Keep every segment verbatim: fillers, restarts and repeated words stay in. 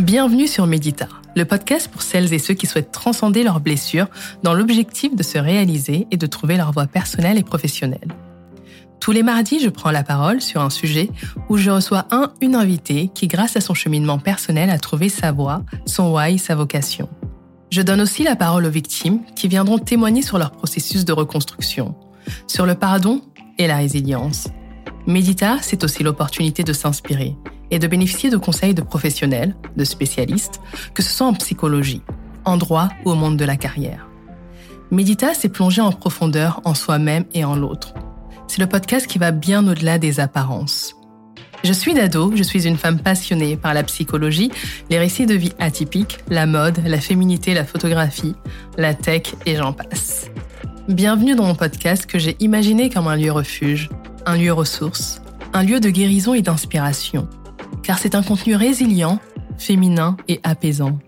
Bienvenue sur Médita, le podcast pour celles et ceux qui souhaitent transcender leurs blessures dans l'objectif de se réaliser et de trouver leur voie personnelle et professionnelle. Tous les mardis, je prends la parole sur un sujet où je reçois un, une invitée qui, grâce à son cheminement personnel, a trouvé sa voie, son why, sa vocation. Je donne aussi la parole aux victimes qui viendront témoigner sur leur processus de reconstruction, sur le pardon et la résilience. Médita, c'est aussi l'opportunité de s'inspirer et de bénéficier de conseils de professionnels, de spécialistes, que ce soit en psychologie, en droit ou au monde de la carrière. Médita, c'est plonger en profondeur en soi-même et en l'autre. C'est le podcast qui va bien au-delà des apparences. Je suis Dado, je suis une femme passionnée par la psychologie, les récits de vie atypiques, la mode, la féminité, la photographie, la tech et j'en passe. Bienvenue dans mon podcast que j'ai imaginé comme un lieu refuge, un lieu ressource, un lieu de guérison et d'inspiration, car c'est un contenu résilient, féminin et apaisant.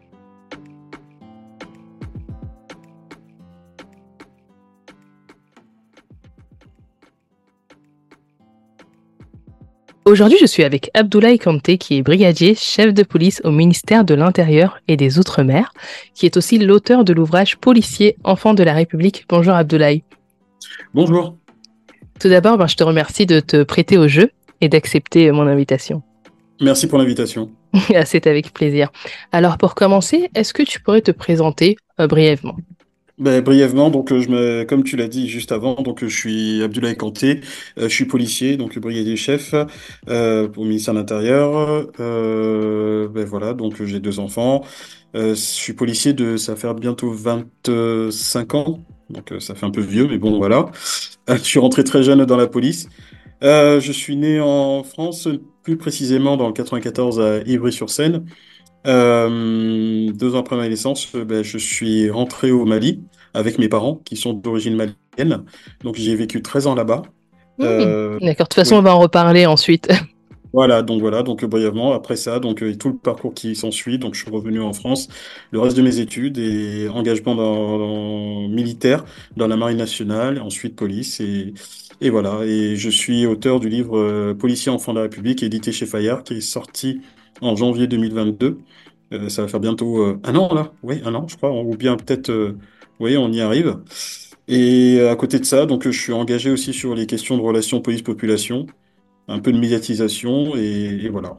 Aujourd'hui, je suis avec Abdoulaye Kanté, qui est brigadier, chef de police au ministère de l'Intérieur et des Outre-mer, qui est aussi l'auteur de l'ouvrage Policiers, enfants de la République. Bonjour Abdoulaye. Bonjour. Tout d'abord, ben, je te remercie de te prêter au jeu et d'accepter mon invitation. Merci pour l'invitation. C'est avec plaisir. Alors, pour commencer, est-ce que tu pourrais te présenter euh, brièvement ? Ben, brièvement, donc euh, je me, comme tu l'as dit juste avant, donc euh, je suis Abdoulaye Kanté, euh, je suis policier, donc brigadier chef euh, pour le ministère de l'Intérieur. Euh, ben voilà, donc euh, j'ai deux enfants. Euh, je suis policier de, ça va faire bientôt vingt-cinq ans, donc euh, ça fait un peu vieux, mais bon voilà. Euh, je suis rentré très jeune dans la police. Euh, je suis né en France, plus précisément dans le quatre-vingt-quatorze à Ivry-sur-Seine. Euh, deux ans après ma naissance, euh, ben, je suis rentré au Mali avec mes parents qui sont d'origine malienne. Donc j'ai vécu treize ans là-bas. Mmh, Euh, D'accord, de toute façon, oui. on va en reparler ensuite. Voilà, donc voilà, donc euh, brièvement, après ça, donc euh, tout le parcours qui s'ensuit, donc je suis revenu en France, le reste de mes études et engagement dans, dans- militaire dans la Marine nationale, ensuite police et, et voilà. Et je suis auteur du livre euh, Policiers enfants de la République, édité chez Fayard, qui est sorti en janvier deux mille vingt-deux. Euh, ça va faire bientôt euh, un an là, oui, un an, je crois, ou bien peut-être, euh, oui, on y arrive. Et euh, à côté de ça, donc euh, je suis engagé aussi sur les questions de relations police-population, un peu de médiatisation et, et voilà.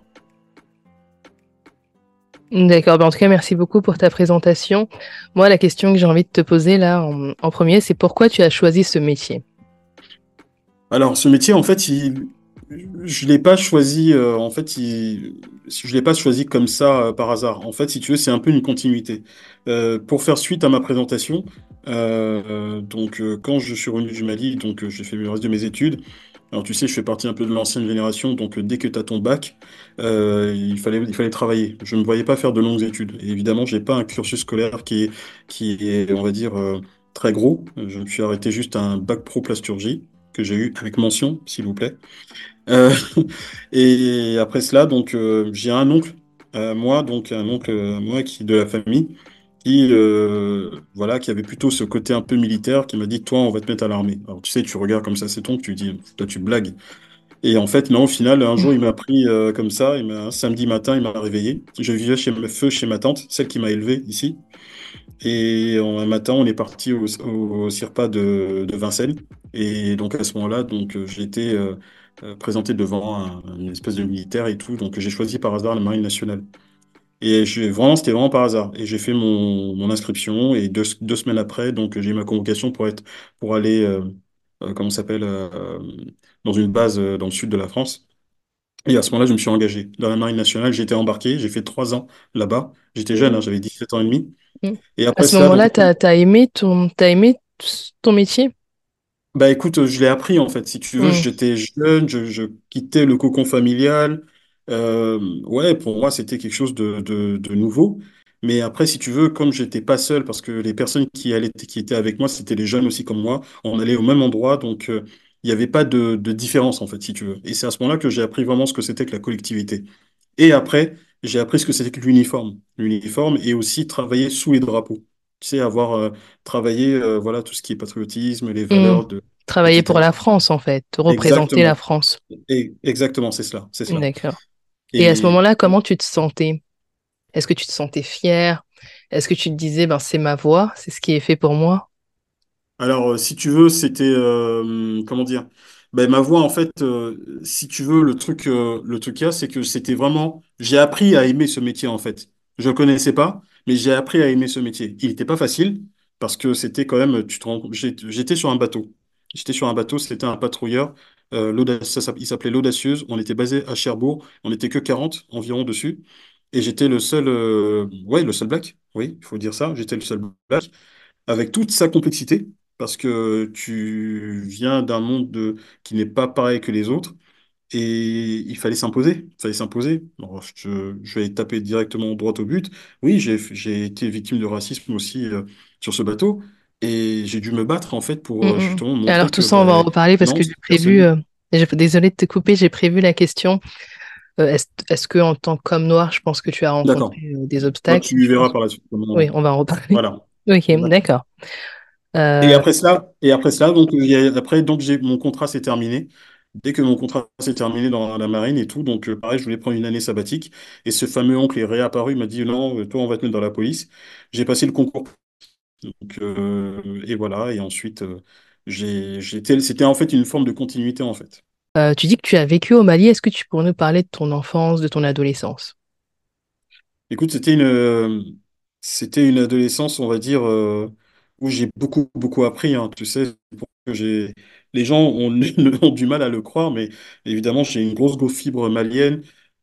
D'accord, ben en tout cas, merci beaucoup pour ta présentation. Moi, la question que j'ai envie de te poser là en, en premier, c'est pourquoi tu as choisi ce métier ? Alors, ce métier, en fait, il, je l'ai pas choisi. Euh, en fait, il, je l'ai pas choisi comme ça euh, par hasard. En fait, si tu veux, c'est un peu une continuité. Euh, pour faire suite à ma présentation, euh, donc euh, quand je suis revenu du Mali, donc euh, j'ai fait le reste de mes études. Alors, tu sais, je fais partie un peu de l'ancienne génération, donc euh, dès que tu as ton bac, euh, il fallait, il fallait travailler. Je ne me voyais pas faire de longues études. Et évidemment, j'ai pas un cursus scolaire qui est, qui est, on va dire, euh, très gros. Je me suis arrêté juste à un bac pro plasturgie que j'ai eu avec mention, s'il vous plaît. Euh, et après cela, donc euh, j'ai un oncle, euh, moi, donc un oncle, euh, moi qui de la famille, qui euh, voilà, qui avait plutôt ce côté un peu militaire, qui m'a dit, toi, on va te mettre à l'armée. Alors tu sais, tu regardes comme ça, c'est ton, tu dis, toi, tu blagues. Et en fait, non, au final, un jour, il m'a pris euh, comme ça, il m'a, un samedi matin, il m'a réveillé. Je vivais chez me feu chez ma tante, celle qui m'a élevé ici. Et en- un matin, on est parti au, au, au CIRPA de, de Vincennes. Et donc à ce moment-là, donc euh, j'ai été euh, euh, présenté devant un- une espèce de militaire et tout. Donc j'ai choisi par hasard la Marine nationale. Et je, vraiment, c'était vraiment par hasard. Et j'ai fait mon, mon inscription et deux, deux semaines après, donc j'ai eu ma convocation pour être pour aller euh, euh, comment ça s'appelle euh, euh, dans une base euh, dans le sud de la France. Et à ce moment-là, je me suis engagé dans la Marine nationale. J'ai été embarqué. J'ai fait trois ans là-bas. J'étais jeune, hein, j'avais dix-sept ans et demi. Et À après ce cela, donc moment-là, t'as, t'as aimé ton, t'as aimé ton métier ? bah écoute, je l'ai appris en fait. Si tu veux, Hmm. j'étais jeune, je, je quittais le cocon familial. Euh, ouais, pour moi, c'était quelque chose de, de, de nouveau. Mais après, si tu veux, comme j'étais pas seul, parce que les personnes qui allaient, qui étaient avec moi, c'était les jeunes aussi comme moi, on allait au même endroit, donc euh, il n'y avait pas de, de différence en fait, si tu veux. Et c'est à ce moment-là que j'ai appris vraiment ce que c'était que la collectivité. Et après, j'ai appris ce que c'était que l'uniforme. L'uniforme et aussi travailler sous les drapeaux. Tu sais, avoir euh, travaillé, euh, voilà, tout ce qui est patriotisme, les Hmm. valeurs de, Travailler pour et cetera. la France, en fait, représenter la Exactement. France. Et exactement, c'est cela, c'est cela. D'accord. Et à ce Et moment-là, comment tu te sentais ? Est-ce que tu te sentais fier? Est-ce que tu te disais, ben, c'est ma voix, c'est ce qui est fait pour moi? Alors, euh, si tu veux, c'était euh, comment dire? Ben, ma voix, en fait, euh, si tu veux, le truc, euh, le truc qu'il y a, c'est que c'était vraiment. J'ai appris à aimer ce métier, en fait. Je le connaissais pas, mais j'ai appris à aimer ce métier. Il n'était pas facile parce que c'était quand même. Tu te rends- j'ai- J'étais sur un bateau. J'étais sur un bateau. C'était un patrouilleur. Euh, l'Auda- ça s'app- il s'appelait l'Audacieuse. On était basé à Cherbourg. On n'était que quarante environ dessus. Et j'étais le seul. Euh, ouais, le seul black. Oui, il faut dire ça. J'étais le seul black avec toute sa complexité, parce que tu viens d'un monde de, qui n'est pas pareil que les autres, et il fallait s'imposer. Il fallait s'imposer. Alors, je, je vais taper directement droit au but. Oui, j'ai, j'ai été victime de racisme aussi euh, sur ce bateau, et j'ai dû me battre en fait Mm, pour euh, mm. justement Alors montrer tout que ça, on va en ben, reparler parce non, que j'ai cette prévu, personne. euh, j'ai- désolée de te couper, j'ai prévu la question. Euh, est-ce, est-ce que en tant qu'homme noir, je pense que tu as rencontré D'accord. euh, des Bah, obstacles? tu Je pense. verras par la suite Oui, comment. on va en reparler. Voilà. Ok, D'accord. d'accord. Et Euh, après cela, et après cela, donc, il y a- après, donc, j'ai, mon contrat s'est terminé. Dès que mon contrat s'est terminé dans la marine et tout, donc, euh, pareil, je voulais prendre une année sabbatique. Et ce fameux oncle est réapparu, il m'a dit, non, euh, toi, on va te mettre dans la police. J'ai passé le concours. Donc, euh, et voilà. Et ensuite, euh, j'ai, j'étais, c'était en fait une forme de continuité, en fait. euh, tu dis que tu as vécu au Mali. Est-ce que tu pourrais nous parler de ton enfance, de ton adolescence? Écoute, c'était une, euh, c'était une adolescence, on va dire, euh, où j'ai beaucoup, beaucoup appris, hein. Tu sais, pour que j'ai, les gens ont, ont du mal à le croire, mais évidemment, j'ai une grosse, grosse fibre malienne.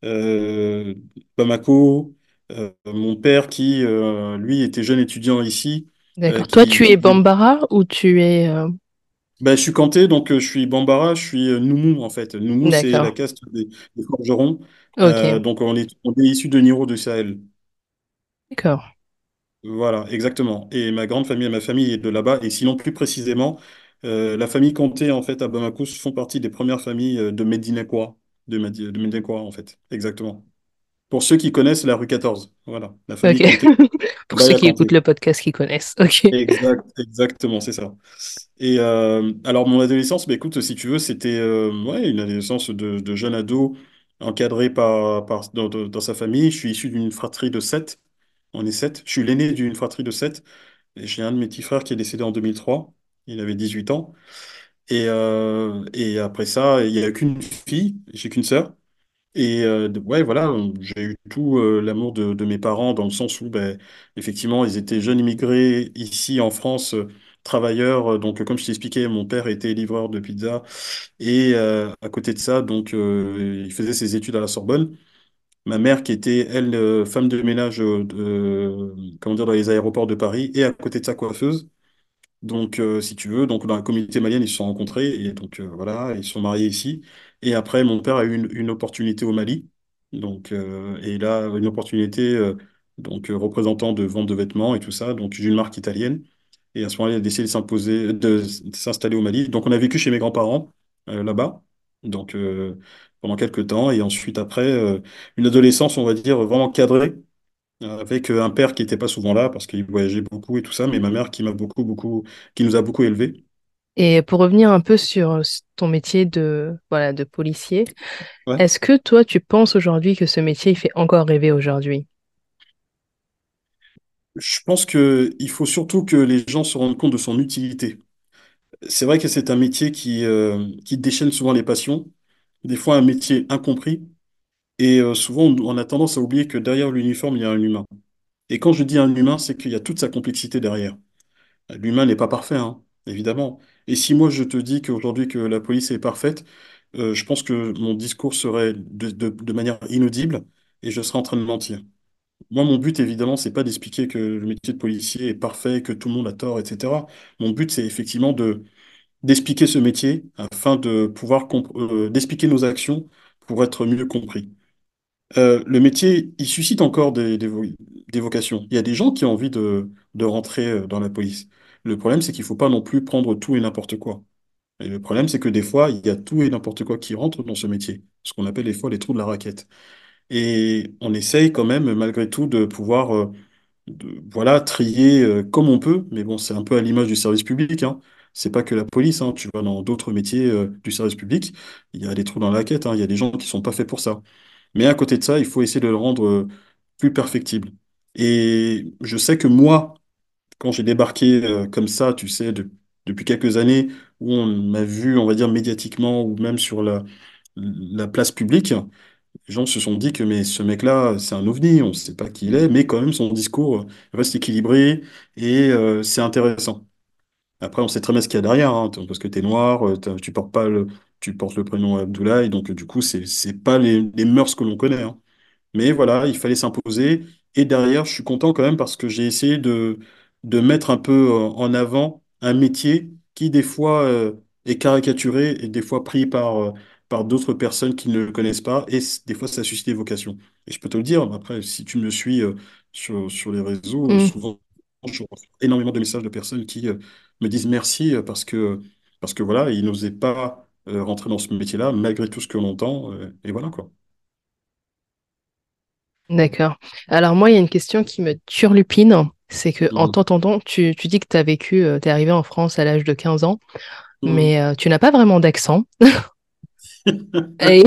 Euh, Bamako, euh, mon père qui, euh, lui, était jeune étudiant ici, euh, D'accord. Toi, qui, tu es qui- Bambara ou tu es... euh, ben, je suis Kanté, donc euh, je suis Bambara, je suis euh, Noumou, en fait. Noumou, c'est la D'accord. caste des, des forgerons. Euh, Ok. donc, on est, on est issu de Niro de Sahel. D'accord. Voilà, exactement. Et ma grande famille et ma famille est de là-bas. Et sinon, plus précisément, euh, la famille Kanté, en fait, à Bamako, font partie des premières familles euh, de Médinakora. De, Madi- de Médinakora, en fait. Exactement. Pour ceux qui connaissent la rue quatorze. Voilà, la Ok. famille Kanté. Pour ceux Baya qui écoutent Kanté. le podcast, qui connaissent. Ok. Exact, exactement, c'est ça. Et euh, alors, mon adolescence, bah, écoute, si tu veux, c'était euh, ouais, une adolescence de, de jeune ado encadré par, par, dans, dans- dans sa famille. Je suis issu d'une fratrie de sept. On est sept. Je suis l'aîné d'une fratrie de sept. Et j'ai un de mes petits frères qui est décédé en deux mille trois. Il avait dix-huit ans. Et, euh, et après ça, il n'y a qu'une fille, j'ai qu'une sœur. Et euh, de- ouais, voilà, j'ai eu tout euh, l'amour de, de mes parents dans le sens où, ben, effectivement, ils étaient jeunes immigrés ici en France, euh, travailleurs. Euh, Donc, euh, comme je t'ai expliqué, mon père était livreur de pizza. Et euh, à côté de ça, donc, euh, il faisait ses études à la Sorbonne. Ma mère qui était, elle, euh, femme de ménage euh, de- comment dire, dans les aéroports de Paris. Et à côté de ça, coiffeuse. Donc, euh, si tu veux, donc dans la communauté malienne, ils se sont rencontrés et donc euh, voilà, ils se sont mariés ici. Et après, mon père a eu une, une opportunité au Mali. Donc, euh, et il a une opportunité euh, donc euh, représentant de vente de vêtements et tout ça, donc d'une marque italienne. Et à ce moment-là, il a décidé de s'imposer, de, de s'installer au Mali. Donc, on a vécu chez mes grands-parents euh, là-bas. Donc, euh, pendant quelques temps. Et ensuite, après, euh, une adolescence, on va dire, vraiment cadrée euh, avec euh, un père qui n'était pas souvent là parce qu'il voyageait beaucoup et tout ça, mais ma mère qui m'a beaucoup, beaucoup, qui nous a beaucoup élevés. Et pour revenir un peu sur euh, ton métier de, voilà, de policier, Ouais. est-ce que toi, tu penses aujourd'hui que ce métier, il fait encore rêver aujourd'hui? Je pense que il faut surtout que les gens se rendent compte de son utilité. C'est vrai que c'est un métier qui, euh, qui déchaîne souvent les passions, des fois un métier incompris, et euh, souvent on on a tendance à oublier que derrière l'uniforme, il y a un humain. Et quand je dis un humain, c'est qu'il y a toute sa complexité derrière. L'humain n'est pas parfait, hein, évidemment. Et si moi je te dis qu'aujourd'hui que la police est parfaite, euh, je pense que mon discours serait de, de- de manière inaudible et je serais en train de mentir. Moi, mon but, évidemment, c'est pas d'expliquer que le métier de policier est parfait, que tout le monde a tort, et cetera. Mon but, c'est effectivement de d'expliquer ce métier afin de pouvoir comp- euh, d'expliquer nos actions pour être mieux compris. Euh, le métier, il suscite encore des, des, vo- des vocations. Il y a des gens qui ont envie de, de rentrer euh, dans la police. Le problème, c'est qu'il ne faut pas non plus prendre tout et n'importe quoi. Et le problème, c'est que des fois, il y a tout et n'importe quoi qui rentre dans ce métier, ce qu'on appelle des fois les trous de la raquette. Et on essaye quand même, malgré tout, de pouvoir euh, de- voilà, trier euh, comme on peut. Mais bon, c'est un peu à l'image du service public, hein. C'est pas que la police, hein. Tu vas dans d'autres métiers euh, du service public, il y a des trous dans la raquette, hein. Il y a des gens qui sont pas faits pour ça. Mais à côté de ça, il faut essayer de le rendre euh, plus perfectible. Et je sais que moi, quand j'ai débarqué euh, comme ça, tu sais, de- depuis quelques années, où on m'a vu, on va dire, médiatiquement ou même sur la, la place publique, les gens se sont dit que mais ce mec-là, c'est un ovni, on ne sait pas qui il est, mais quand même son discours euh, reste équilibré et euh, c'est intéressant. Après, on sait très bien ce qu'il y a derrière, hein, parce que tu es noir, euh, t'as- tu portes pas le, tu portes le prénom Abdoulaye, donc euh, du coup, c'est c'est pas les, les mœurs que l'on connaît, hein. Mais voilà, il fallait s'imposer. Et derrière, je suis content quand même parce que j'ai essayé de, de mettre un peu euh, en avant un métier qui, des fois, euh, est caricaturé et des fois pris par, euh, par d'autres personnes qui ne le connaissent pas. Et c- des fois, ça suscite des vocations. Et je peux te le dire, après, si tu me suis euh, sur, sur les réseaux, euh, Mm. souvent, je reçois énormément de messages de personnes qui euh, me disent merci euh, parce que, parce que voilà, ils n'osaient pas euh, rentrer dans ce métier-là, malgré tout ce que l'on entend. Euh, et voilà, quoi. D'accord. Alors moi, il y a une question qui me turlupine, c'est que en Mhm. t'entendant, tu, tu dis que tu as vécu, tu es arrivé en France à l'âge de quinze ans, Mhm. mais euh, tu n'as pas vraiment d'accent. Et,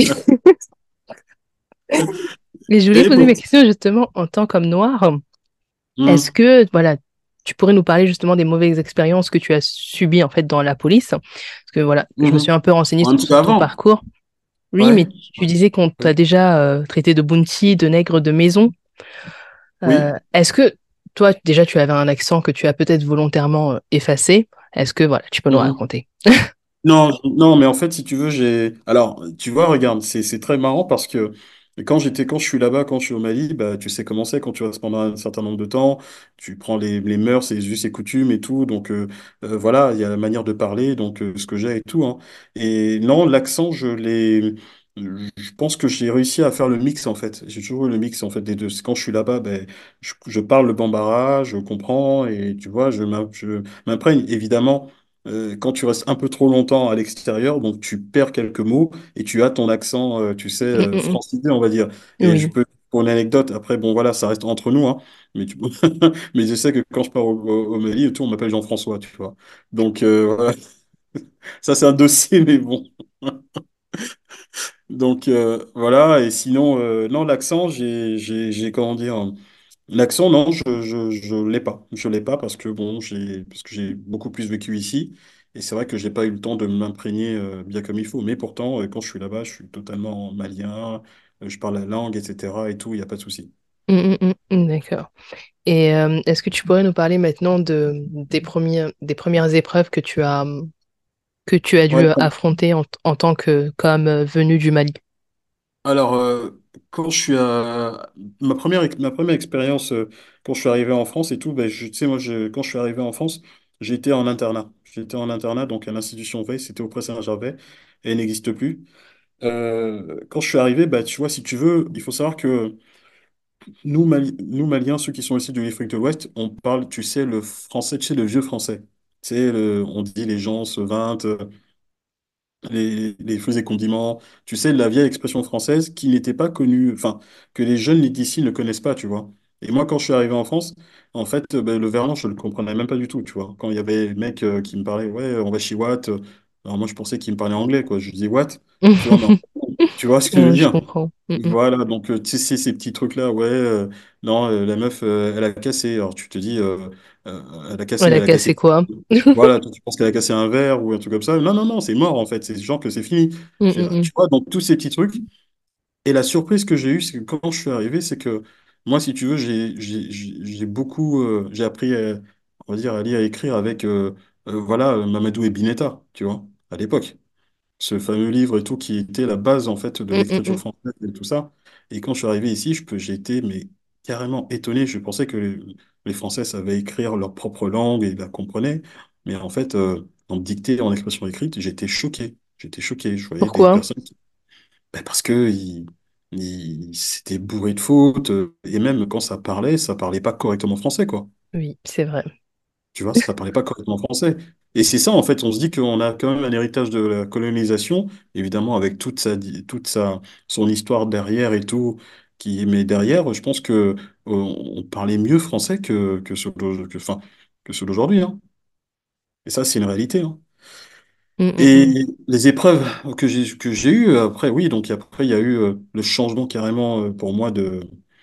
et je voulais Et poser pour... mes questions justement en tant qu'homme noir. Est-ce Hmm, que, voilà, tu pourrais nous parler justement des mauvaises expériences que tu as subies en fait dans la police? Parce que voilà, je me suis mhm. un peu renseignée Un sur, petit peu sur ton avant. parcours. Oui, mais Ouais. tu disais qu'on t'a déjà euh, traité de bounty, de nègre de maison. Euh, Oui. est-ce que toi, déjà, tu avais un accent que tu as peut-être volontairement euh, effacé? Est-ce que, voilà, tu peux nous Mhm. raconter? Non, non, mais en fait, si tu veux, j'ai. Alors, tu vois, regarde, c'est c'est très marrant parce que quand j'étais, quand je suis là-bas, quand je suis au Mali, bah, tu sais comment c'est quand tu restes pendant un certain nombre de temps, tu prends les, les mœurs, les us et coutumes et tout. Donc, euh, euh, voilà, il y a la manière de parler, donc euh, ce que j'ai et tout, hein. Et non, l'accent, je l'ai. Je pense que j'ai réussi à faire le mix en fait. J'ai toujours eu le mix en fait des deux. Quand je suis là-bas, ben, je, je parle le bambara, je comprends et tu vois, je m'im- je m'imprègne évidemment euh, quand tu restes un peu trop longtemps à l'extérieur, donc tu perds quelques mots et tu as ton accent, euh, tu sais, Mm, euh, mm, francisé, on va dire. mm. Et je Oui. peux, pour une anecdote, après, bon, voilà, ça reste entre nous, hein, mais, tu... mais je sais que quand je pars au, au- au Mali et tout, on m'appelle Jean-François, tu vois. Donc, euh, voilà, ça, c'est un dossier, mais bon. Donc, euh, voilà, et sinon, euh, non, l'accent, j'ai, j'ai, j'ai, comment dire, l'accent, non, je je, je l'ai pas. Je l'ai pas parce que bon, j'ai parce que j'ai beaucoup plus vécu ici et c'est vrai que j'ai pas eu le temps de m'imprégner euh, bien comme il faut. Mais pourtant, euh, quand je suis là-bas, je suis totalement malien, euh, je parle la langue, et cetera. Et tout, il y a pas de souci. Mm, mm, mm, mm, d'accord. Et euh, est-ce que tu pourrais nous parler maintenant de, des premières, des premières épreuves que tu as, que tu as dû Ouais. euh, affronter en, en tant que comme euh, venu du Mali? Alors, euh, quand je suis à ma première ma première expérience euh, quand je suis arrivé en France et tout, ben, je, tu sais, moi, je, quand je suis arrivé en France, j'étais en internat. J'étais en internat, donc à l'institution Veil, c'était au Pré-Saint-Gervais et elle n'existe plus. Euh, quand je suis arrivé, bah, tu vois, si tu veux, il faut savoir que nous, Mali- nous Maliens, ceux qui sont ici de l'Afrique de l'Ouest, on parle, tu sais, le français, tu sais, le vieux français. Tu sais, le- on dit les gens se vingt, euh, les, les fruits et condiments. Tu sais, la vieille expression française qui n'était pas connue, enfin, que les jeunes d'ici ne connaissent pas, tu vois. Et moi, quand je suis arrivé en France, en fait, euh, ben, le verlan, je ne le comprenais même pas du tout, tu vois. Quand il y avait des mecs euh, qui me parlaient, ouais, on va chez Watt, euh, alors moi, je pensais qu'ils me parlaient anglais, quoi. Je disais, what? Tu vois, mais en- tu vois ce que je veux Ouais, je dire? comprends. Mm, mm. Voilà, donc euh, tu sais, ces petits trucs-là, ouais, euh, non, euh, la meuf, euh, elle a cassé. Alors tu te dis, euh, euh, elle a cassé, Elle mais a elle a cassé. cassé quoi? Voilà, toi, tu penses qu'elle a cassé un verre ou un truc comme ça. Non, non, non, c'est mort en fait, c'est genre que c'est fini. Mm, J'ai- mm, mm. Tu vois, donc tous ces petits trucs. Et la surprise que j'ai eue, c'est que quand je suis arrivé, c'est que moi, si tu veux, j'ai j'ai- j'ai- j'ai beaucoup, euh, j'ai appris, à, on va dire, à lire et écrire avec, euh, euh, voilà, euh, Mamadou et Binetta, tu vois, à l'époque ce fameux livre et tout qui était la base en fait de Mm, mm, l'écriture mm. française et tout ça. Et quand je suis arrivé ici, je peux, j'ai été mais carrément étonné. Je pensais que les, les Français savaient écrire leur propre langue et la comprenaient, mais en fait, euh, en dictée, en expression écrite, j'étais choqué. J'étais choqué. Je voyais des Pourquoi? personnes qui, ben, parce que ils, ils- c'était bourré de fautes euh, et même quand ça parlait, ça parlait pas correctement français quoi. Oui, c'est vrai. Tu vois, ça parlait pas correctement français. Et c'est ça, en fait, on se dit qu'on a quand même un héritage de la colonisation, évidemment, avec toute sa, di- toute sa, son histoire derrière et tout, qui, mais derrière, je pense que euh, on parlait mieux français que, que ceux d'au- que, enfin, que ceux d'aujourd'hui, hein. Et ça, c'est une réalité, hein. Mm, mm, Et mm. les épreuves que j'ai, que j'ai eues, après, oui, donc après, il y a eu euh, le changement carrément euh, pour moi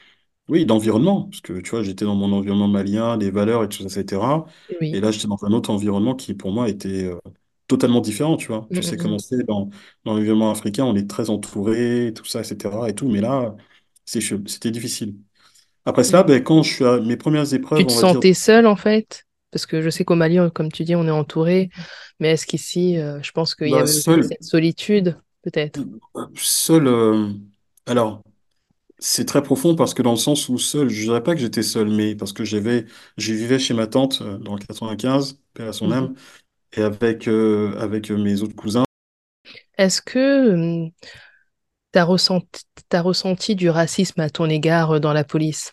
Oui, d'environnement, parce que tu vois, j'étais dans mon environnement malien, les valeurs et tout ça, et cetera. Et Oui. là, j'étais dans un autre environnement qui, pour moi, était euh, totalement différent, tu vois. Mm, Tu sais mm, comment mm. c'est dans, dans l'environnement africain, on est très entouré, tout ça, et cetera. Et tout, mais là, c'est chaud, c'était difficile. Après cela, Mm. ben, quand je suis à mes premières Tu épreuves, te on va dire, sentais seule en fait? Parce que je sais qu'au Mali, comme tu dis, on est entouré. Mais est-ce qu'ici, euh, je pense qu'il y bah, avait aussi seul, cette solitude, peut-être. seul, euh, alors, c'est très profond parce que dans le sens où seul, je dirais pas que j'étais seul, mais parce que j'avais, je vivais chez ma tante euh, dans le quatre-vingt-quinze, paix à son Mhm. âme, et avec, euh, avec euh, mes autres cousins. Est-ce que tu as ressenti, t'as ressenti du racisme à ton égard euh, dans la police?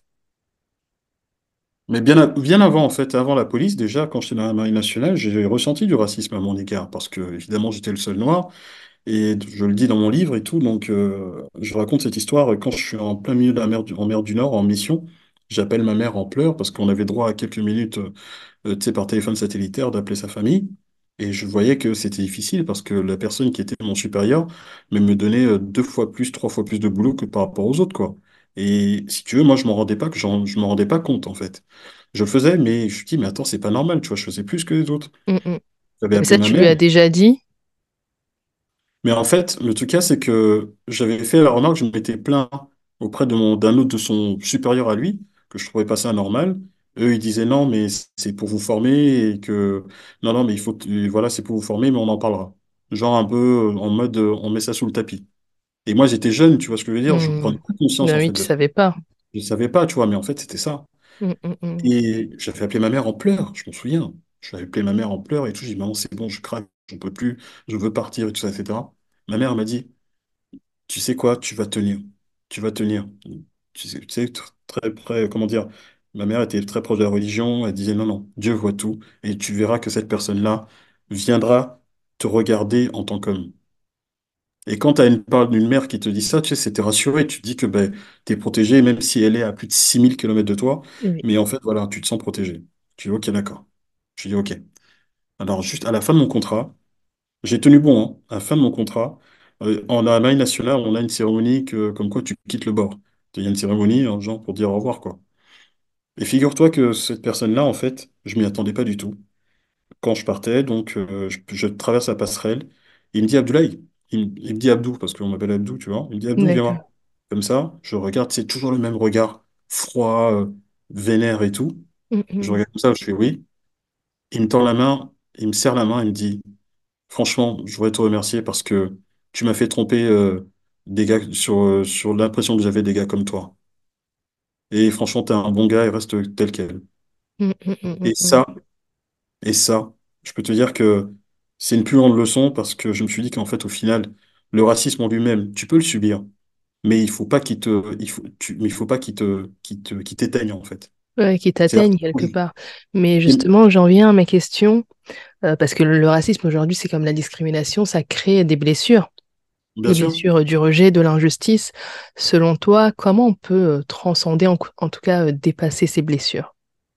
Mais bien, a- bien avant, en fait, avant la police, déjà, quand j'étais dans la Marine nationale, j'ai ressenti du racisme à mon égard parce que, évidemment, j'étais le seul noir. Et je le dis dans mon livre et tout, donc euh, je raconte cette histoire quand je suis en plein milieu de la mer du, en mer du Nord en mission. J'appelle ma mère en pleurs parce qu'on avait droit à quelques minutes, euh, tu sais, par téléphone satellitaire, d'appeler sa famille. Et je voyais que c'était difficile parce que la personne qui était mon supérieur mais me donnait euh, deux fois plus, trois fois plus de boulot que par rapport aux autres, quoi. Et si tu veux, moi, je m'en rendais pas que j'en- je m'en rendais pas compte, en fait. Je le faisais, mais je me dis, mais attends, c'est pas normal, tu vois, je faisais plus que les autres. Mm, mm. J'avais Mais appelé ça, ma tu lui mère. as déjà dit? Mais en fait, le truc, là, c'est que j'avais fait la remarque, je m'étais plaint auprès de mon, d'un autre de son supérieur à lui, que je trouvais pas ça normal. Eux, ils disaient non, mais c'est pour vous former et que, non, non, mais il faut, que- voilà, c'est pour vous former, mais on en parlera. Genre un peu euh, en mode, euh, on met ça sous le tapis. Et moi, j'étais jeune, tu vois ce que je veux dire? Je Mm. prenais pas conscience, Ben en oui, fait, tu de ça. savais pas. Je savais pas, tu vois, mais en fait, c'était ça. Mm, mm, mm. Et j'avais appelé ma mère en pleurs, je m'en souviens. J'avais appelé ma mère en pleurs et tout. J'ai dit, maman, c'est bon, je craque, je peux plus, je veux partir et tout ça, et cetera. Ma mère m'a dit, tu sais quoi, tu vas tenir. Tu vas tenir. Tu sais, tu sais, tr- très près, comment dire, ma mère était très proche de la religion. Elle disait, non, non, Dieu voit tout. Et tu verras que cette personne-là viendra te regarder en tant qu'homme. Et quand tu as une parole d'une mère qui te dit ça, tu sais, c'était rassuré. Tu te dis que ben, tu es protégé, même si elle est à plus de six mille kilomètres de toi. Oui. Mais en fait, voilà, tu te sens protégé. Tu dis, ok, d'accord. Je dis, ok. Alors, juste à la fin de mon contrat, j'ai tenu bon, hein. À la fin de mon contrat, euh, en la Marine nationale, on a une cérémonie que, comme quoi tu quittes le bord. Il y a une cérémonie, hein, genre, pour dire au revoir, quoi. Et figure-toi que cette personne-là, en fait, je m'y attendais pas du tout. Quand je partais, donc, euh, je, je traverse la passerelle, il me dit Abdoulaye, il, me il me dit Abdou, parce qu'on m'appelle Abdou, tu vois. Il me dit Abdou, viens D'accord. voir. Comme ça, je regarde, c'est toujours le même regard, froid, euh, vénère et tout. Mm, Je mm. regarde comme ça, je fais oui. Il me tend la main, il me serre la main, il me dit franchement, je voudrais te remercier parce que tu m'as fait tromper euh, des gars sur, euh, sur l'impression que j'avais des gars comme toi. Et franchement, t'es un bon gars et reste tel quel. Mm, mm, mm, mm, Et mm. ça, et ça, je peux te dire que c'est une plus grande leçon parce que je me suis dit qu'en fait, au final, le racisme en lui-même, tu peux le subir, mais il faut pas qu'il te, il faut, tu, mais il faut pas qu'il te, qu'il te, qu'il t'éteigne en fait. Ouais, qui C'est-à-dire, t'atteignent quelque part. Mais et- justement, j'en viens à ma question, euh, parce que le, le racisme aujourd'hui, c'est comme la discrimination, ça crée des blessures, bien des sûr, blessures euh, du rejet, de l'injustice. Selon toi, comment on peut euh, transcender, en, en tout cas euh, dépasser ces blessures?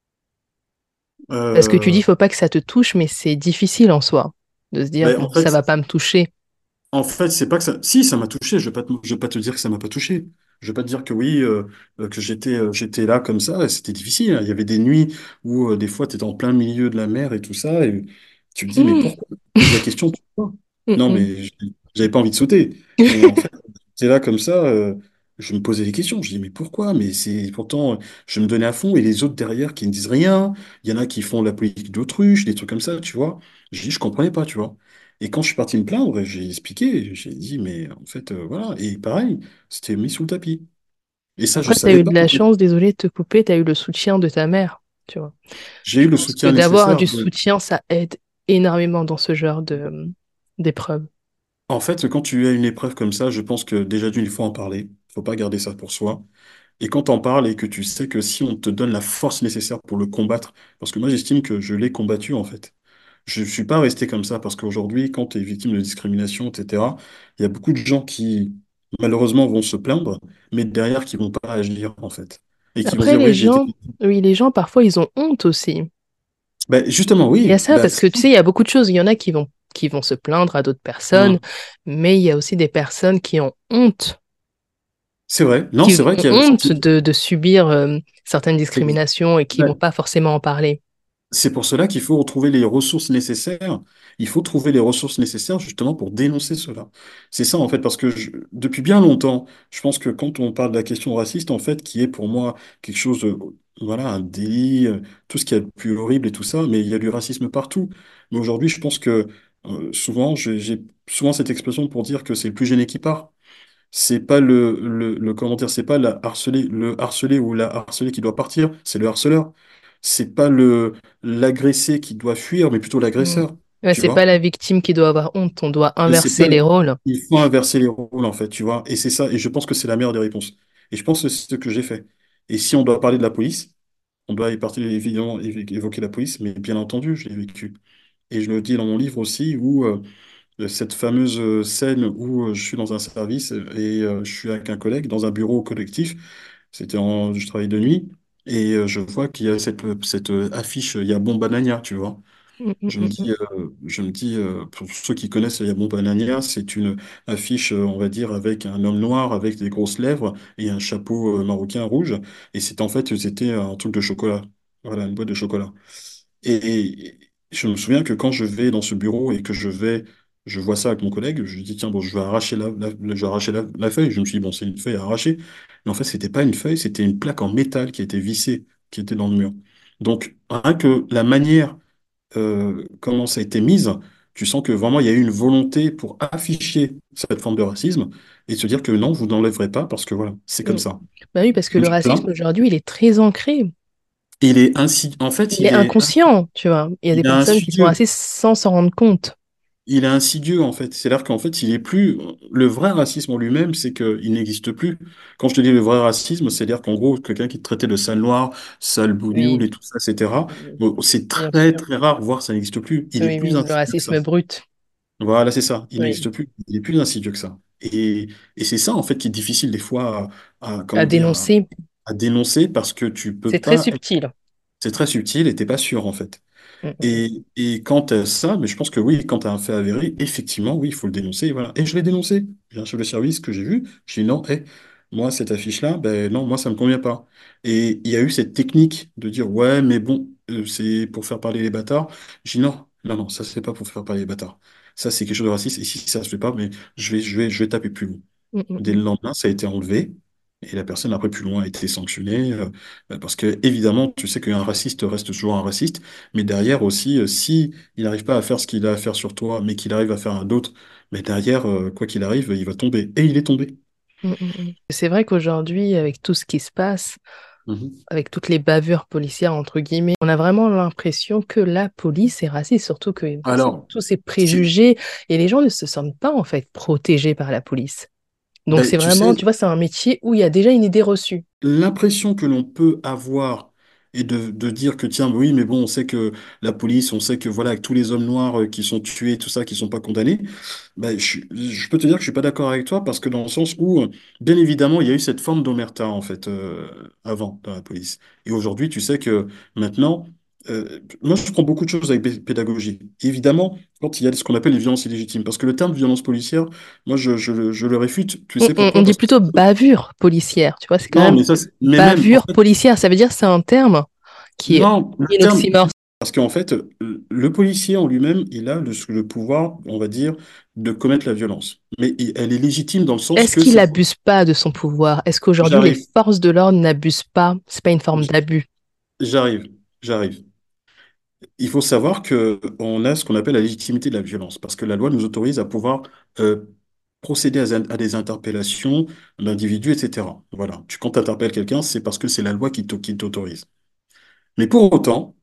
Parce que tu dis, euh, faut pas que ça te touche, mais c'est difficile en soi de se dire, ben, bon, en ça fait, va pas me toucher. En fait, c'est pas que ça. Si, ça m'a touché. Je vais pas te... je vais pas te dire que ça m'a pas touché. Je vais pas te dire que oui, euh, euh, que j'étais, euh, j'étais là comme ça. Et c'était difficile, hein. Il y avait des nuits où euh, des fois, tu étais en plein milieu de la mer et tout ça, et tu te dis mais Mm. pourquoi? Tu te poses la question pourquoi? Mm, Non, mm. mais j- j'avais pas envie de sauter. Mais en fait, c'est là comme ça. euh, je me posais des questions. Je dis mais pourquoi? Mais c'est pourtant, je me donnais à fond et les autres derrière qui ne disent rien. Il y en a qui font la politique d'autruche, des trucs comme ça, tu vois. Je dis je comprenais pas, tu vois. Et quand je suis parti me plaindre, j'ai expliqué, j'ai dit, mais en fait, euh, voilà. Et pareil, c'était mis sous le tapis. Et ça, je Après, tu as savais eu pas, de en la fait. chance, désolé de te couper, tu as eu le soutien de ta mère, tu vois. J'ai Je eu le pense que soutien d'avoir nécessaire. du de- soutien, ça aide énormément dans ce genre de d'épreuve. En fait, quand tu as une épreuve comme ça, je pense que déjà d'une, il faut en parler. Il faut pas garder ça pour soi. Et quand on parle et que tu sais que si on te donne la force nécessaire pour le combattre, parce que moi, j'estime que je l'ai combattu, en fait. Je ne suis pas resté comme ça parce qu'aujourd'hui, quand tu es victime de discrimination, et cetera, il y a beaucoup de gens qui, malheureusement, vont se plaindre, mais derrière, qui vont pas agir, en fait. Et qui vont Après, dire, les oui, j'ai été... gens, oui, les gens, parfois, ils ont honte aussi. Ben, justement, Il y a oui, ça ben, parce que tu sais, il y a beaucoup de choses. Il y en a qui vont, qui vont se plaindre à d'autres personnes, hum, mais il y a aussi des personnes qui ont honte C'est vrai. Non, qui c'est vrai ont qu'il y a le honte sentiment. de, de subir euh, certaines discriminations et qui vont pas forcément en parler. C'est pour cela qu'il faut retrouver les ressources nécessaires. Il faut trouver les ressources nécessaires justement pour dénoncer cela. C'est ça en fait, parce que je- depuis bien longtemps, je pense que quand on parle de la question raciste, en fait, qui est pour moi quelque chose, de- voilà, un délit, euh, tout ce qui est le plus horrible et tout ça, mais il y a du racisme partout. Mais aujourd'hui, je pense que euh, souvent, j'ai j'ai souvent cette expression pour dire que c'est le plus gêné qui part. C'est pas le, le, le commentaire, c'est pas la harcelé, le harcelé ou la harcelée qui doit partir, c'est le harceleur. C'est pas le l'agressé qui doit fuir, mais plutôt Mm. l'agresseur, Ouais, tu c'est pas vois? la victime qui doit avoir honte, on doit Et c'est pas inverser les le- rôles. Il faut inverser les rôles, en fait, tu vois? Et c'est ça, et je pense que c'est la meilleure des réponses. Et je pense que c'est ce que j'ai fait. Et si on doit parler de la police, on doit y partir, évidemment évi- évoquer la police, mais bien entendu, je l'ai vécu. Et je le dis dans mon livre aussi, où euh, de cette fameuse euh, scène où euh, je suis dans un service et euh, je suis avec un collègue dans un bureau collectif. C'était en, je travaille de nuit et euh, je vois qu'il y a cette, cette euh, affiche, il y a Bon Banania, tu vois. Mm, mm, Je me mm, dis, mm. euh, je me dis euh, pour ceux qui connaissent il y a Bon Banania, c'est une affiche, euh, on va dire, avec un homme noir avec des grosses lèvres et un chapeau euh, marocain rouge. Et c'est en fait, c'était un truc de chocolat. Voilà, une boîte de chocolat. Et je me souviens que quand je vais dans ce bureau et que je vais, je vois ça avec mon collègue, je lui dis, tiens, bon, je vais arracher la, la- je vais arracher la, la feuille. Je me suis dit, bon, c'est une feuille à arracher. Mais en fait, c'était pas une feuille, c'était une plaque en métal qui était vissée, qui était dans le mur. Donc, rien que la manière, euh, comment ça a été mise, tu sens que vraiment, il y a eu une volonté pour afficher cette forme de racisme et se dire que non, vous n'enlèverez pas parce que voilà, c'est comme Mm. ça. Bah oui, parce que Je me le suis racisme plaint. aujourd'hui, il est très ancré. Et il est ainsi, en fait, Il est il est, inconscient, tu vois. Il y a des il est personnes qui sont insidieux. racistes sans s'en rendre compte. Il est insidieux en fait. C'est-à-dire qu'en fait, il est plus. Le vrai racisme en lui-même, c'est qu'il n'existe plus. Quand je te dis le vrai racisme, c'est-à-dire qu'en gros, quelqu'un qui te traitait de sale noir, sale bougnoule Oui, et tout ça, et cetera. mm, Bon, c'est bien très sûr. très rare, voire ça n'existe plus. Il est Oui, plus oui, le insidieux que ça. racisme brut. Voilà, c'est ça. Il Oui. n'existe plus. Il est plus insidieux que ça. Et, et c'est ça en fait qui est difficile des fois à, à- À comment dire à, dénoncer, à dénoncer parce que tu peux c'est très pas. subtil. C'est très subtil et t'es pas sûr en fait. Mm, mm, Et, et quant à ça, mais je pense que oui, quand tu as un fait avéré, effectivement, oui, il faut le dénoncer. Voilà. Et je l'ai dénoncé. J'ai un chef de service que j'ai vu. J'ai dit non, hé, moi, cette affiche-là, ben non, moi, ça me convient pas. Et il y a eu cette technique de dire ouais, mais bon, euh, c'est pour faire parler les bâtards. J'ai dit non, non, non, ça, c'est pas pour faire parler les bâtards. Ça, c'est quelque chose de raciste. Et si ça se fait pas, mais je vais, je vais, je vais taper plus loin. mm, mm, Dès mm. le lendemain, ça a été enlevé. Et la personne, après, plus loin, a été sanctionnée. euh, euh, parce que, évidemment, tu sais qu'un raciste reste toujours un raciste. Mais derrière aussi, euh, si il n'arrive pas à faire ce qu'il a à faire sur toi, mais qu'il arrive à faire à d'autres, mais derrière, euh, quoi qu'il arrive, il va tomber. Et il est tombé. Mm, mm, mm. C'est vrai qu'aujourd'hui, avec tout ce qui se passe, Mhm. avec toutes les bavures policières, entre guillemets, on a vraiment l'impression que la police est raciste, surtout que c'est Alors, tous ces c'est, préjugés et les gens ne se sentent pas en fait protégés par la police. Donc ben, c'est tu vraiment, sais, tu vois, c'est un métier où il y a déjà une idée reçue. l'impression que l'on peut avoir et de, de dire que tiens, oui, mais bon, on sait que la police, on sait que voilà, avec tous les hommes noirs euh, qui sont tués, tout ça, qui sont pas condamnés, bah, je, je peux te dire que je suis pas d'accord avec toi parce que dans le sens où, euh, bien évidemment, il y a eu cette forme d'omerta en fait euh, avant dans la police. Et aujourd'hui, tu sais que maintenant, euh, moi, je prends beaucoup de choses avec bé- pédagogie. Évidemment, quand il y a ce qu'on appelle les violences illégitimes, parce que le terme violence policière, moi, je, je le je le réfute. Tu On, sais on- on pourquoi? dit Parce que plutôt bavure policière, tu vois, c'est quand non, même mais ça, c'est- mais même en bavure fait. policière, ça veut dire que c'est un terme qui est Non, le un terme, oxymore. parce qu'en fait, euh, le policier en lui-même, il a le, le pouvoir, on va dire, de commettre la violence. Mais il- elle est légitime dans le sens Est-ce que qu'il c'est... n'abuse pas de son pouvoir? Est-ce qu'aujourd'hui les J'arrive, forces de l'ordre n'abusent pas? C'est pas une forme j- d'abus. j'arrive, j'arrive. Il faut savoir que on a ce qu'on appelle la légitimité de la violence, parce que la loi nous autorise à pouvoir euh, procéder à, à des interpellations d'individus, et cetera. Voilà. Tu, quand tu interpelles quelqu'un, c'est parce que c'est la loi qui t'au- qui t'autorise. Mais pour autant,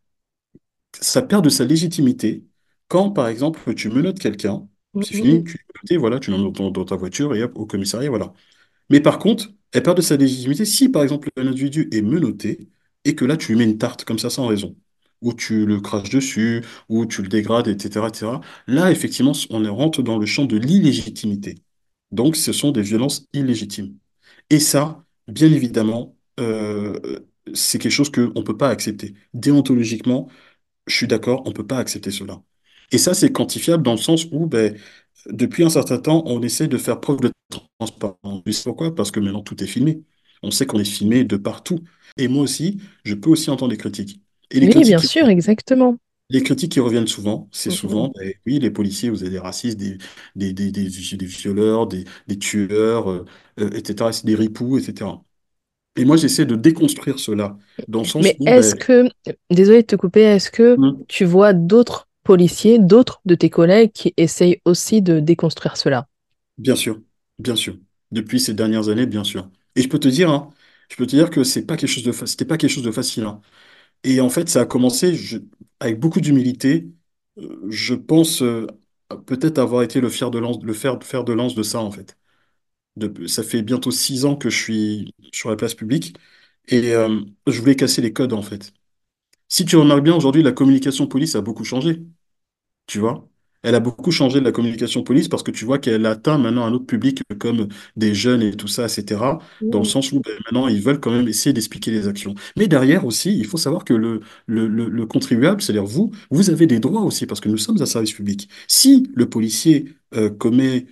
ça perd de sa légitimité quand, par exemple, tu menottes quelqu'un, Mm, c'est mm, fini, mm. tu es menotté, voilà, tu l'emmènes dans, dans ta voiture et hop, au commissariat, voilà. Mais par contre, elle perd de sa légitimité si, par exemple, un individu est menotté et que là, tu lui mets une tarte comme ça sans raison, ou tu le craches dessus, ou tu le dégrades, et cetera, et cetera. Là, effectivement, on rentre dans le champ de l'illégitimité. Donc, ce sont des violences illégitimes. Et ça, bien évidemment, euh, c'est quelque chose qu'on ne peut pas accepter. Déontologiquement, je suis d'accord, on ne peut pas accepter cela. Et ça, c'est quantifiable dans le sens où ben, Depuis un certain temps, on essaie de faire preuve de transparence. Tu sais pourquoi? Parce que maintenant, tout est filmé. On sait qu'on est filmé de partout. Et moi aussi, je peux aussi entendre des critiques. Et les Oui, critiques bien qui, sûr, exactement. les critiques qui reviennent souvent, c'est Mm, mm, souvent, eh oui, les policiers, vous avez des racistes, des, des, des, des, des violeurs, des, des tueurs, euh, euh, et cetera, des ripoux, et cetera. Et moi, j'essaie de déconstruire cela, dans le sens Mais où, est-ce ben, que, désolé de te couper, est-ce que hum, tu vois d'autres policiers, d'autres de tes collègues qui essayent aussi de déconstruire cela? bien sûr, bien sûr, depuis ces dernières années, bien sûr. Et je peux te dire, hein, je peux te dire que c'est pas quelque chose de fa- c'était pas quelque chose de facile, hein. Et en fait, ça a commencé je- avec beaucoup d'humilité. Euh, Je pense euh, peut-être avoir été le fer de lance, le fer, fer de lance de ça, en fait. De- ça fait bientôt six ans que je suis sur la place publique et euh, je voulais casser les codes, en fait. Si tu remarques bien, aujourd'hui, la communication police a beaucoup changé. Tu vois? Elle a beaucoup changé de la communication police parce que tu vois qu'elle atteint maintenant un autre public comme des jeunes et tout ça, et cetera. Dans le Mm. sens où ben, maintenant ils veulent quand même essayer d'expliquer les actions. Mais derrière aussi, il faut savoir que le, le, le- le contribuable, c'est-à-dire vous, vous avez des droits aussi parce que nous sommes un service public. Si le policier euh, commet,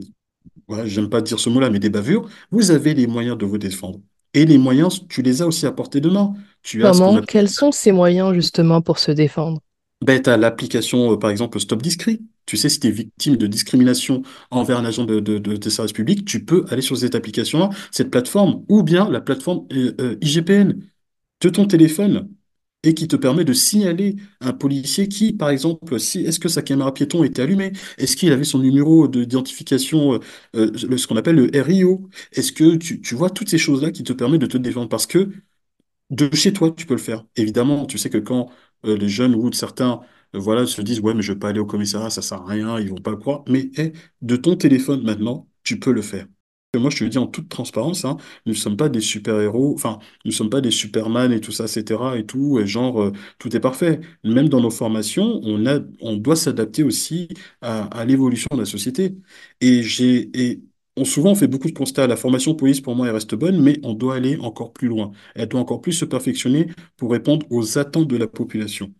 ouais, j'aime pas dire ce mot-là, mais des bavures, vous avez les moyens de vous défendre. Et les moyens, tu les as aussi à portée de main. Tu as ce qu'on Comment? appelle Quels sont ces moyens justement pour se défendre? ben, tu as l'application, euh, par exemple, Stop Discrit. Tu sais, si tu es victime de discrimination envers un agent de, de, de, de service public, tu peux aller sur cette application-là, cette plateforme, ou bien la plateforme euh, euh, I G P N de ton téléphone, et qui te permet de signaler un policier qui, par exemple, si, est-ce que sa caméra piéton était allumée? Est-ce qu'il avait son numéro de- d'identification, euh, euh, le- ce qu'on appelle le R I O? Est-ce que tu, tu vois toutes ces choses-là qui te permettent de te défendre? Parce que de chez toi, tu peux le faire. Évidemment, tu sais que quand euh, les jeunes ou certains euh, voilà, se disent, ouais, mais je vais pas aller au commissariat, ça sert à rien, ils vont pas le croire. Mais hey, de ton téléphone maintenant, tu peux le faire. Et moi, je te le dis en toute transparence, hein, nous ne sommes pas des super-héros, enfin, nous ne sommes pas des Superman et tout ça, et cetera. Et tout, et genre, euh, tout est parfait. Même dans nos formations, on a, on doit s'adapter aussi à, à l'évolution de la société. Et j'ai, et on, souvent, on fait beaucoup de constats. La formation police, pour moi, elle reste bonne, mais on doit aller encore plus loin. Elle doit encore plus se perfectionner pour répondre aux attentes de la population.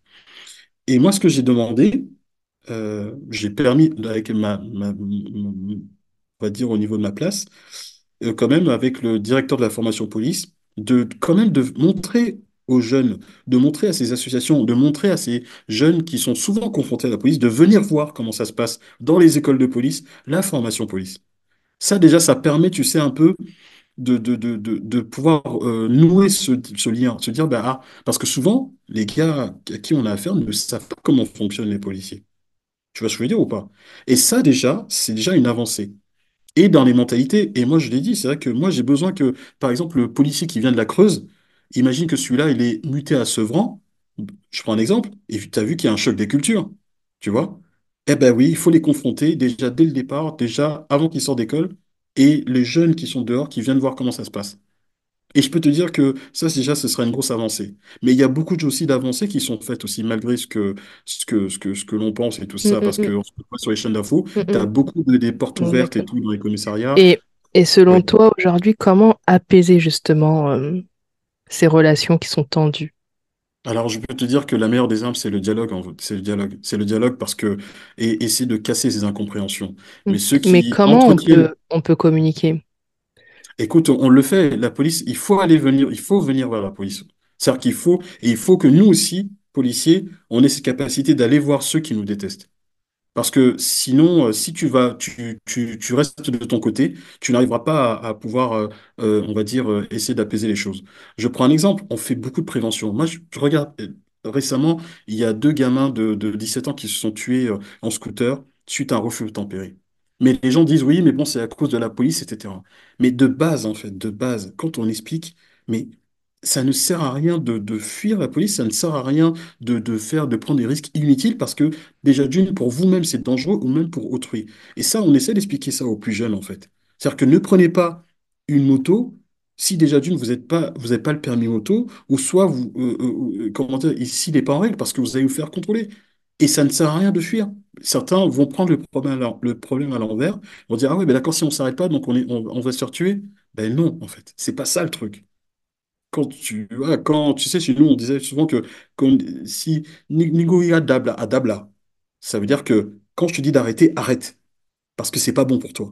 Et moi, ce que j'ai demandé, euh, j'ai permis, avec ma, ma- m- on va dire au niveau de ma place, euh, quand même avec le directeur de la formation police, de quand même de montrer aux jeunes, de montrer à ces associations, de montrer à ces jeunes qui sont souvent confrontés à la police, de venir voir comment ça se passe dans les écoles de police, la formation police. Ça, déjà, ça permet, tu sais, un peu de, de, de, de, de pouvoir euh, nouer ce, ce lien, se dire, bah, ah, parce que souvent, les gars à qui on a affaire ne savent pas comment fonctionnent les policiers. Tu vois ce que je veux dire ou pas? Et ça, déjà, c'est déjà une avancée. Et dans les mentalités, et moi je l'ai dit, c'est vrai que moi j'ai besoin que, par exemple, le policier qui vient de la Creuse, imagine que celui-là, il est muté à Sevran, je prends un exemple, et tu as vu qu'il y a un choc des cultures, tu vois? Eh ben oui, il faut les confronter déjà dès le départ, déjà avant qu'ils sortent d'école, et les jeunes qui sont dehors, qui viennent voir comment ça se passe. Et je peux te dire que ça, déjà, ce sera une grosse avancée. Mais il y a beaucoup de- aussi d'avancées qui sont faites aussi, malgré ce que, ce que, ce que, ce que l'on pense et tout Mm, ça. mm, Parce mm, que on se voit sur les chaînes d'infos, mm, tu as mm. beaucoup de des portes ouvertes et tout Exactement. dans les commissariats. Et, et selon Ouais. toi, aujourd'hui, comment apaiser justement euh, ces relations qui sont tendues? Alors, je peux te dire que la meilleure des armes, c'est le dialogue, en fait. C'est le dialogue. C'est le dialogue parce que, et essayer de casser ces incompréhensions. Mm. Mais ceux Mais qui comment on entretiennent, peut, on peut communiquer? écoute, on le fait, la police, il faut aller venir, il faut venir vers la police. C'est-à-dire qu'il faut, et il faut que nous aussi, policiers, on ait cette capacité d'aller voir ceux qui nous détestent. Parce que sinon, euh, si tu vas, tu, tu, tu restes de ton côté, tu n'arriveras pas à, à pouvoir, euh, euh, on va dire, euh, essayer d'apaiser les choses. Je prends un exemple, on fait beaucoup de prévention. Moi, je, je regarde, euh, récemment, il y a deux gamins de, de dix-sept ans qui se sont tués euh, en scooter suite à un refus tempéré. Mais les gens disent oui, mais bon, c'est à cause de la police, et cetera. Mais de base, en fait, de base, quand on explique, mais ça ne sert à rien de, de fuir la police, ça ne sert à rien de, de faire, de prendre des risques inutiles parce que déjà, d'une, pour vous-même, c'est dangereux ou même pour autrui. Et ça, on essaie d'expliquer ça aux plus jeunes, en fait. C'est-à-dire que ne prenez pas une moto si déjà, d'une, vous n'êtes pas, vous n'avez pas le permis moto, ou soit vous, euh, euh, euh, comment dire, s'il n'est pas en règle parce que vous allez vous faire contrôler. Et ça ne sert à rien de fuir. Certains vont prendre le problème à l'en- le problème à l'envers, vont dire, ah ouais, ben d'accord, si on ne s'arrête pas, donc on est, on, on va se faire tuer. Ben non, en fait, c'est pas ça le truc. Quand tu, voilà, quand, tu sais, chez nous, on disait souvent que quand, si Nigo à Dabla, à Dabla, ça veut dire que quand je te dis d'arrêter, arrête. parce que c'est pas bon pour toi.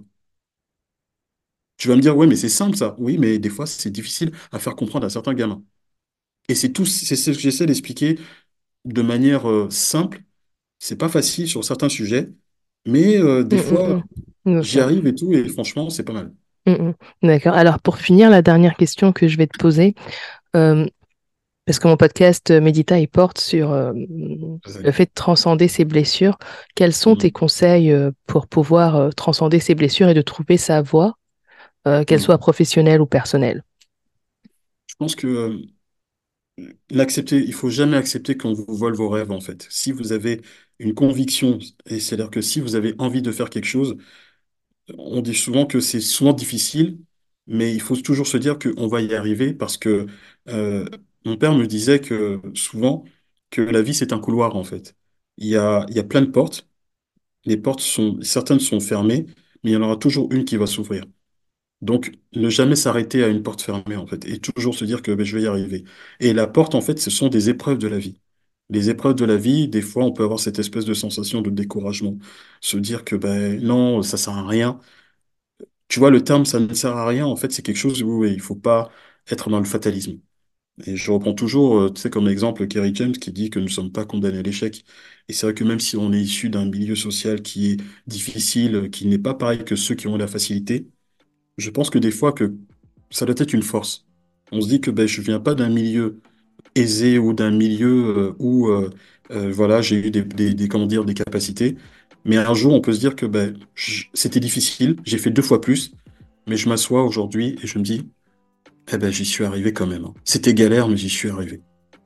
Tu vas me dire, ouais, mais c'est simple ça. Oui, mais des fois, c'est difficile à faire comprendre à certains gamins. Et c'est tout, c'est ce que j'essaie d'expliquer de manière euh, simple. C'est pas facile sur certains sujets, mais euh, des Mm, mm, fois, mm. j'y Ok. arrive et tout, et franchement, c'est pas mal. Mm, mm. D'accord. Alors, pour finir, la dernière question que je vais te poser, euh, parce que mon podcast euh, Médita, il porte sur euh, le fait de transcender ses blessures. Quels sont tes Mhm. conseils euh, pour pouvoir euh, transcender ses blessures et de trouver sa voie, euh, qu'elle Mhm. soit professionnelle ou personnelle? Je pense que euh, l'accepter, il faut jamais accepter qu'on vous vole vos rêves, en fait. Si vous avez une conviction, et c'est-à-dire que si vous avez envie de faire quelque chose, on dit souvent que c'est souvent difficile, mais il faut toujours se dire qu'on va y arriver parce que euh, mon père me disait que souvent que la vie c'est un couloir en fait. Il y a, il y a plein de portes. Les portes sont, certaines sont fermées, mais il y en aura toujours une qui va s'ouvrir. Donc, ne jamais s'arrêter à une porte fermée en fait, et toujours se dire que ben, je vais y arriver. Et la porte en fait, ce sont des épreuves de la vie. Les épreuves de la vie, des fois, on peut avoir cette espèce de sensation de découragement, se dire que ben non, ça sert à rien. Tu vois, le terme ça ne sert à rien, en fait, c'est quelque chose où il faut pas être dans le fatalisme. Et je reprends toujours, euh, tu sais, comme exemple Kerry James qui dit que nous ne sommes pas condamnés à l'échec. Et c'est vrai que même si on est issu d'un milieu social qui est difficile, qui n'est pas pareil que ceux qui ont la facilité, je pense que des fois que ça doit être une force. On se dit que ben, je viens pas d'un milieu aisé ou d'un milieu euh, où euh, euh, voilà, j'ai eu des, des, des, comment dire, des capacités. Mais un jour, on peut se dire que ben, j- c'était difficile, j'ai fait deux fois plus, mais je m'assois aujourd'hui et je me dis, eh ben, j'y suis arrivé quand même, hein. C'était galère, mais j'y suis arrivé.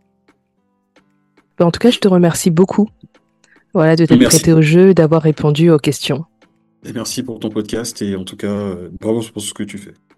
En tout cas, je te remercie beaucoup, voilà, de t'être Merci prêté au pour, jeu et d'avoir répondu aux questions. et merci pour ton podcast et en tout cas, euh, bravo pour ce que tu fais.